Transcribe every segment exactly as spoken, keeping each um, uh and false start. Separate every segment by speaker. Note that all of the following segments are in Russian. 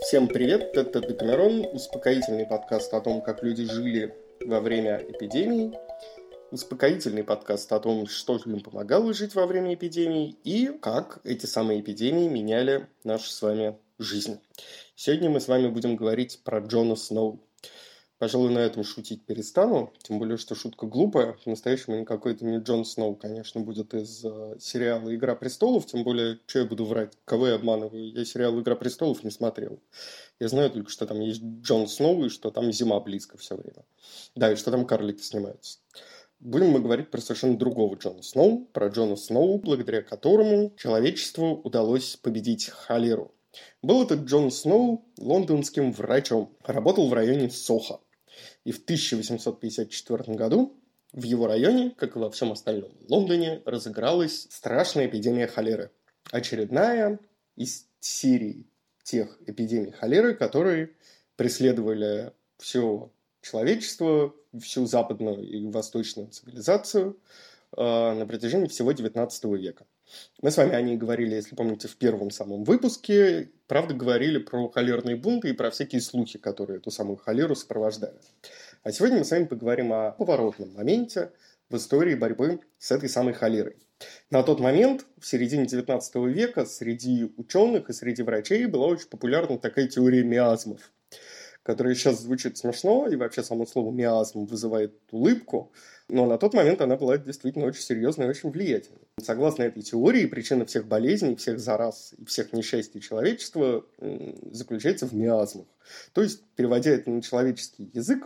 Speaker 1: Всем привет, это Декамерон, успокоительный подкаст о том, как люди жили во время эпидемий, успокоительный подкаст о том, что им помогало жить во время эпидемий и как эти самые эпидемии меняли нашу с вами жизнь. Сегодня мы с вами будем говорить про Джона Сноу. Пожалуй, на этом шутить перестану, тем более, что шутка глупая. По-настоящему никакой это не Джон Сноу, конечно, будет из э, сериала «Игра престолов», тем более, что я буду врать, кого я обманываю, я сериал «Игра престолов» не смотрел. Я знаю только, что там есть Джон Сноу и что там зима близко все время. Да, и что там карлики снимаются. Будем мы говорить про совершенно другого Джона Сноу, про Джона Сноу, благодаря которому человечеству удалось победить холеру. Был этот Джон Сноу лондонским врачом, работал в районе Сохо. И в тысяча восемьсот пятьдесят четвёртом году в его районе, как и во всем остальном Лондоне, разыгралась страшная эпидемия холеры. Очередная из серии тех эпидемий холеры, которые преследовали все человечество, всю западную и восточную цивилизацию э, на протяжении всего девятнадцатого века. Мы с вами о ней говорили, если помните, в первом самом выпуске. Правда, говорили про холерные бунты и про всякие слухи, которые эту самую холеру сопровождали. А сегодня мы с вами поговорим о поворотном моменте в истории борьбы с этой самой холерой. На тот момент, в середине девятнадцатого века, среди ученых и среди врачей была очень популярна такая теория миазмов, которая сейчас звучит смешно, и вообще само слово «миазм» вызывает улыбку, но на тот момент она была действительно очень серьезной и очень влиятельной. Согласно этой теории, причина всех болезней, всех зараз и всех несчастий человечества заключается в миазмах. То есть, переводя это на человеческий язык,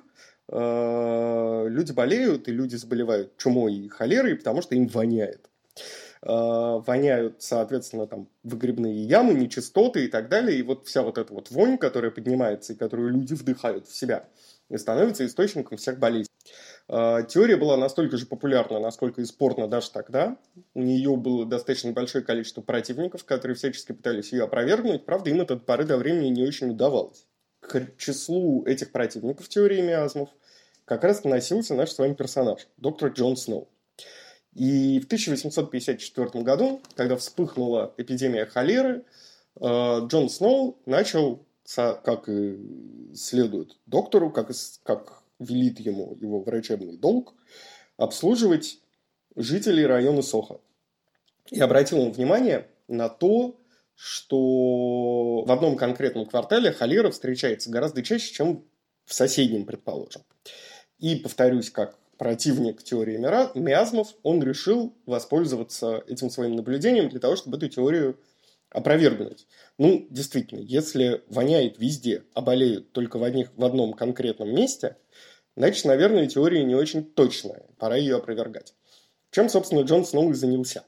Speaker 1: люди болеют и люди заболевают чумой и холерой, потому что им воняет. Воняют, соответственно, там выгребные ямы, нечистоты и так далее. И вот вся вот эта вот вонь, которая поднимается и которую люди вдыхают в себя, становится источником всех болезней. Теория была настолько же популярна, насколько и спорна даже тогда. У нее было достаточно большое количество противников, которые всячески пытались ее опровергнуть. Правда, им это до поры до времени не очень удавалось. К числу этих противников теории миазмов как раз относился наш с вами персонаж, доктор Джон Сноу. И в тысяча восемьсот пятьдесят четвёртом году, когда вспыхнула эпидемия холеры, Джон Сноу начал, как и следует доктору, как, и, как велит ему его врачебный долг, обслуживать жителей района Сохо. И обратил он внимание на то, что в одном конкретном квартале холера встречается гораздо чаще, чем в соседнем, предположим. И, повторюсь, как противник теории миазмов, он решил воспользоваться этим своим наблюдением для того, чтобы эту теорию опровергнуть. Ну, действительно, если воняет везде, а болеют только в, одних, в одном конкретном месте, значит, наверное, теория не очень точная, пора ее опровергать. Чем, собственно, Джон Сноу и занялся.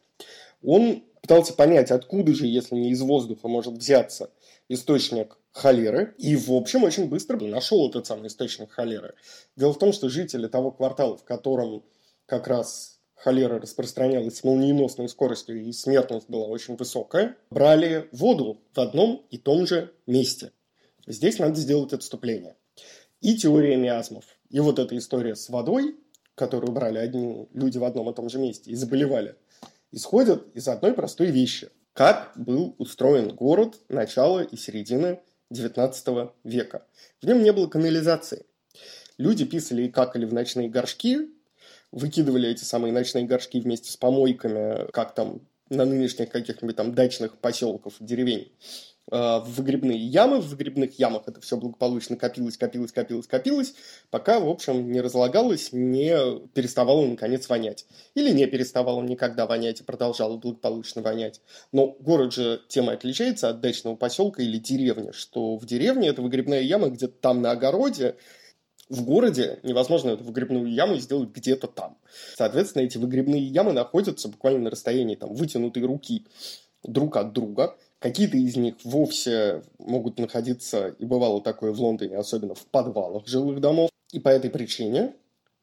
Speaker 1: Он пытался понять, откуда же, если не из воздуха, может взяться источник холеры. И, в общем, очень быстро нашел этот самый источник холеры. Дело в том, что жители того квартала, в котором как раз холера распространялась с молниеносной скоростью и смертность была очень высокая, брали воду в одном и том же месте. Здесь надо сделать отступление. И теория миазмов, и вот эта история с водой, которую брали одни люди в одном и том же месте и заболевали, исходят из одной простой вещи. Как был устроен город начала и середины девятнадцатого века. В нем не было канализации. Люди писали и какали в ночные горшки, выкидывали эти самые ночные горшки вместе с помойками, как там на нынешних каких-нибудь там дачных поселков, деревень, в выгребные ямы. В выгребных ямах это все благополучно копилось, копилось, копилось, копилось, пока, в общем, не разлагалось, не переставало, наконец, вонять. Или не переставало никогда вонять и продолжало благополучно вонять. Но город же тем и отличается от дачного поселка или деревни, что в деревне это выгребная яма где-то там на огороде, в городе невозможно эту выгребную яму сделать где-то там. Соответственно, эти выгребные ямы находятся буквально на расстоянии там, вытянутой руки друг от друга. Какие-то из них вовсе могут находиться, и бывало такое в Лондоне, особенно в подвалах жилых домов. И по этой причине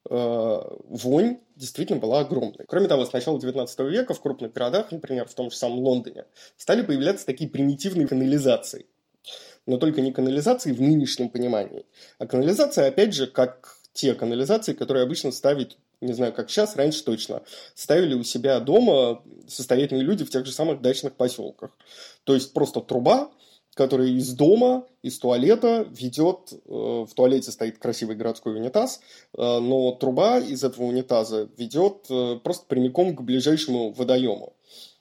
Speaker 1: э, вонь действительно была огромной. Кроме того, с начала девятнадцатого века в крупных городах, например, в том же самом Лондоне, стали появляться такие примитивные канализации. Но только не канализации в нынешнем понимании. А канализация, опять же, как те канализации, которые обычно ставят, не знаю, как сейчас, раньше точно, ставили у себя дома состоятельные люди в тех же самых дачных поселках. То есть просто труба, которая из дома, из туалета ведет, в туалете стоит красивый городской унитаз, но труба из этого унитаза ведет просто прямиком к ближайшему водоему.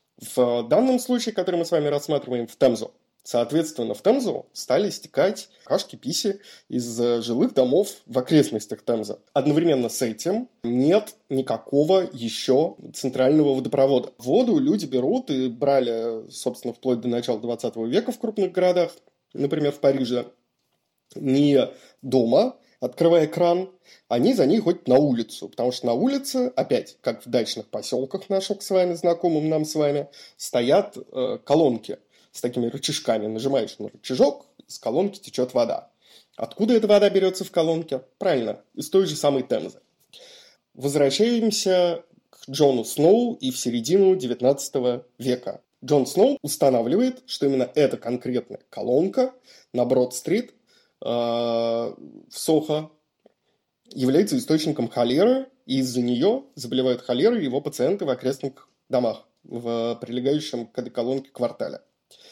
Speaker 1: В данном случае, который мы с вами рассматриваем, в Темзу. Соответственно, в Темзу стали стекать кашки, писи из жилых домов в окрестностях Темзы. Одновременно с этим нет никакого еще центрального водопровода. Воду люди берут и брали, собственно, вплоть до начала двадцатого века в крупных городах, например, в Париже, не дома, открывая кран, они за ней ходят на улицу, потому что на улице, опять, как в дачных поселках наших с вами, знакомым нам с вами, стоят э, колонки с такими рычажками. Нажимаешь на рычажок, из колонки течет вода. Откуда эта вода берется в колонке? Правильно, из той же самой Темзы. Возвращаемся к Джону Сноу и в середину девятнадцатого века. Джон Сноу устанавливает, что именно эта конкретная колонка на Брод-стрит э, в Сохо является источником холеры, и из-за нее заболевают холерой его пациенты в окрестных домах, в прилегающем к этой колонке квартале.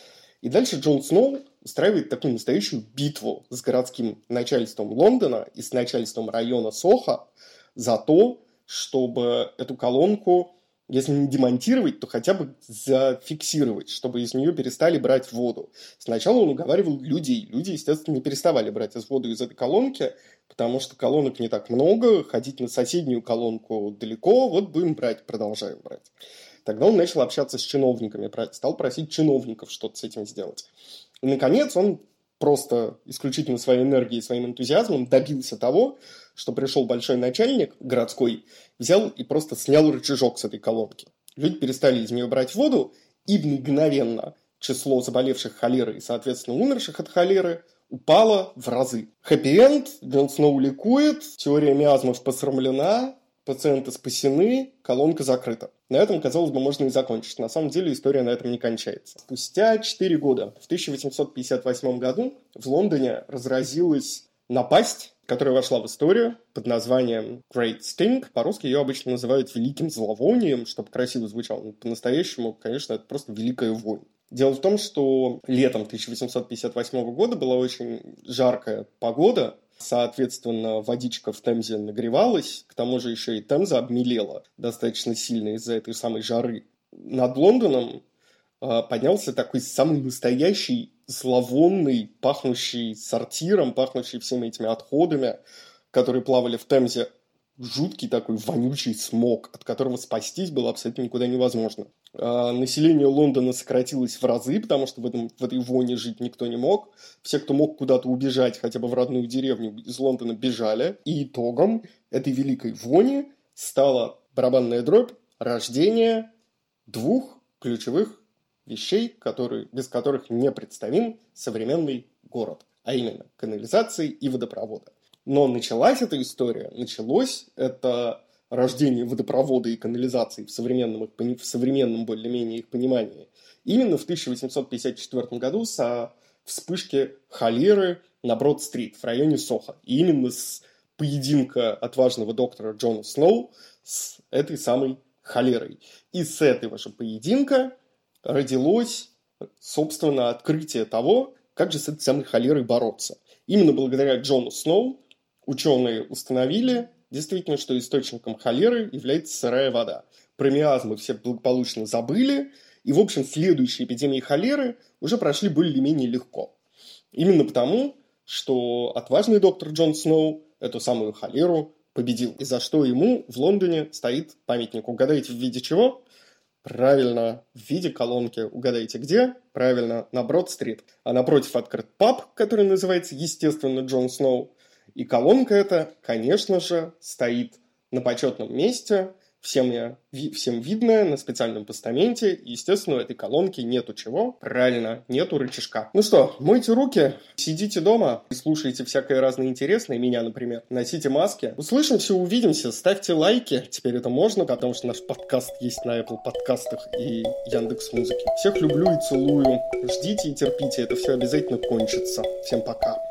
Speaker 1: И дальше Джон Сноу устраивает такую настоящую битву с городским начальством Лондона и с начальством района Сохо за то, чтобы эту колонку, если не демонтировать, то хотя бы зафиксировать, чтобы из нее перестали брать воду. Сначала он уговаривал людей. Люди, естественно, не переставали брать воду из этой колонки, потому что колонок не так много, ходить на соседнюю колонку далеко, вот будем брать, продолжаем брать. Тогда он начал общаться с чиновниками, стал просить чиновников что-то с этим сделать. И, наконец, он просто исключительно своей энергией, своим энтузиазмом добился того, что пришел большой начальник городской, взял и просто снял рычажок с этой колонки. Люди перестали из нее брать воду, и мгновенно число заболевших холерой и, соответственно, умерших от холеры упало в разы. Хэппи-энд, Джон Сноу ликует, теория миазмов посрамлена, пациенты спасены, колонка закрыта. На этом, казалось бы, можно и закончить. На самом деле история на этом не кончается. Спустя четыре года, в тысяча восемьсот пятьдесят восьмом году, в Лондоне разразилась напасть, которая вошла в историю под названием Great Stink. По-русски ее обычно называют «великим зловонием», чтобы красиво звучало. Но по-настоящему, конечно, это просто «великая вонь». Дело в том, что летом тысяча восемьсот пятьдесят восьмого года была очень жаркая погода, соответственно, водичка в Темзе нагревалась, к тому же еще и Темза обмелела достаточно сильно из-за этой самой жары. Над Лондоном э, поднялся такой самый настоящий, зловонный, пахнущий сортиром, пахнущий всеми этими отходами, которые плавали в Темзе, жуткий такой вонючий смог, от которого спастись было абсолютно никуда невозможно. Э, население Лондона сократилось в разы, потому что в, этом, в этой воне жить никто не мог. Все, кто мог куда-то убежать, хотя бы в родную деревню, из Лондона бежали. И итогом этой великой вони стала барабанная дробь рождения двух ключевых вещей, которые, без которых не представим современный город, а именно канализации и водопровода. Но началась эта история, началось это рождение водопровода и канализации в современном, их, в современном более-менее их понимании именно в тысяча восемьсот пятьдесят четвёртом году со вспышки холеры на Брод-стрит в районе Сохо. И именно с поединка отважного доктора Джона Сноу с этой самой холерой. И с этого же поединка родилось, собственно, открытие того, как же с этой самой холерой бороться. Именно благодаря Джону Сноу ученые установили, действительно, что источником холеры является сырая вода. Про миазмы все благополучно забыли, и, в общем, следующие эпидемии холеры уже прошли более-менее легко. Именно потому, что отважный доктор Джон Сноу эту самую холеру победил. И за что ему в Лондоне стоит памятник. Угадайте, в виде чего? Правильно, в виде колонки. Угадайте, где? Правильно, на Брод-стрит. А напротив открыт паб, который называется, естественно, Джон Сноу. И колонка эта, конечно же, стоит на почетном месте, всем, я, всем видная, на специальном постаменте. И, естественно, у этой колонки нету чего? Правильно, нету рычажка. Ну что, мойте руки, сидите дома и слушайте всякое разное интересное, меня, например. Носите маски. Услышимся, увидимся, ставьте лайки. Теперь это можно, потому что наш подкаст есть на Apple подкастах и Яндекс.Музыке. Всех люблю и целую. Ждите и терпите, это все обязательно кончится. Всем пока.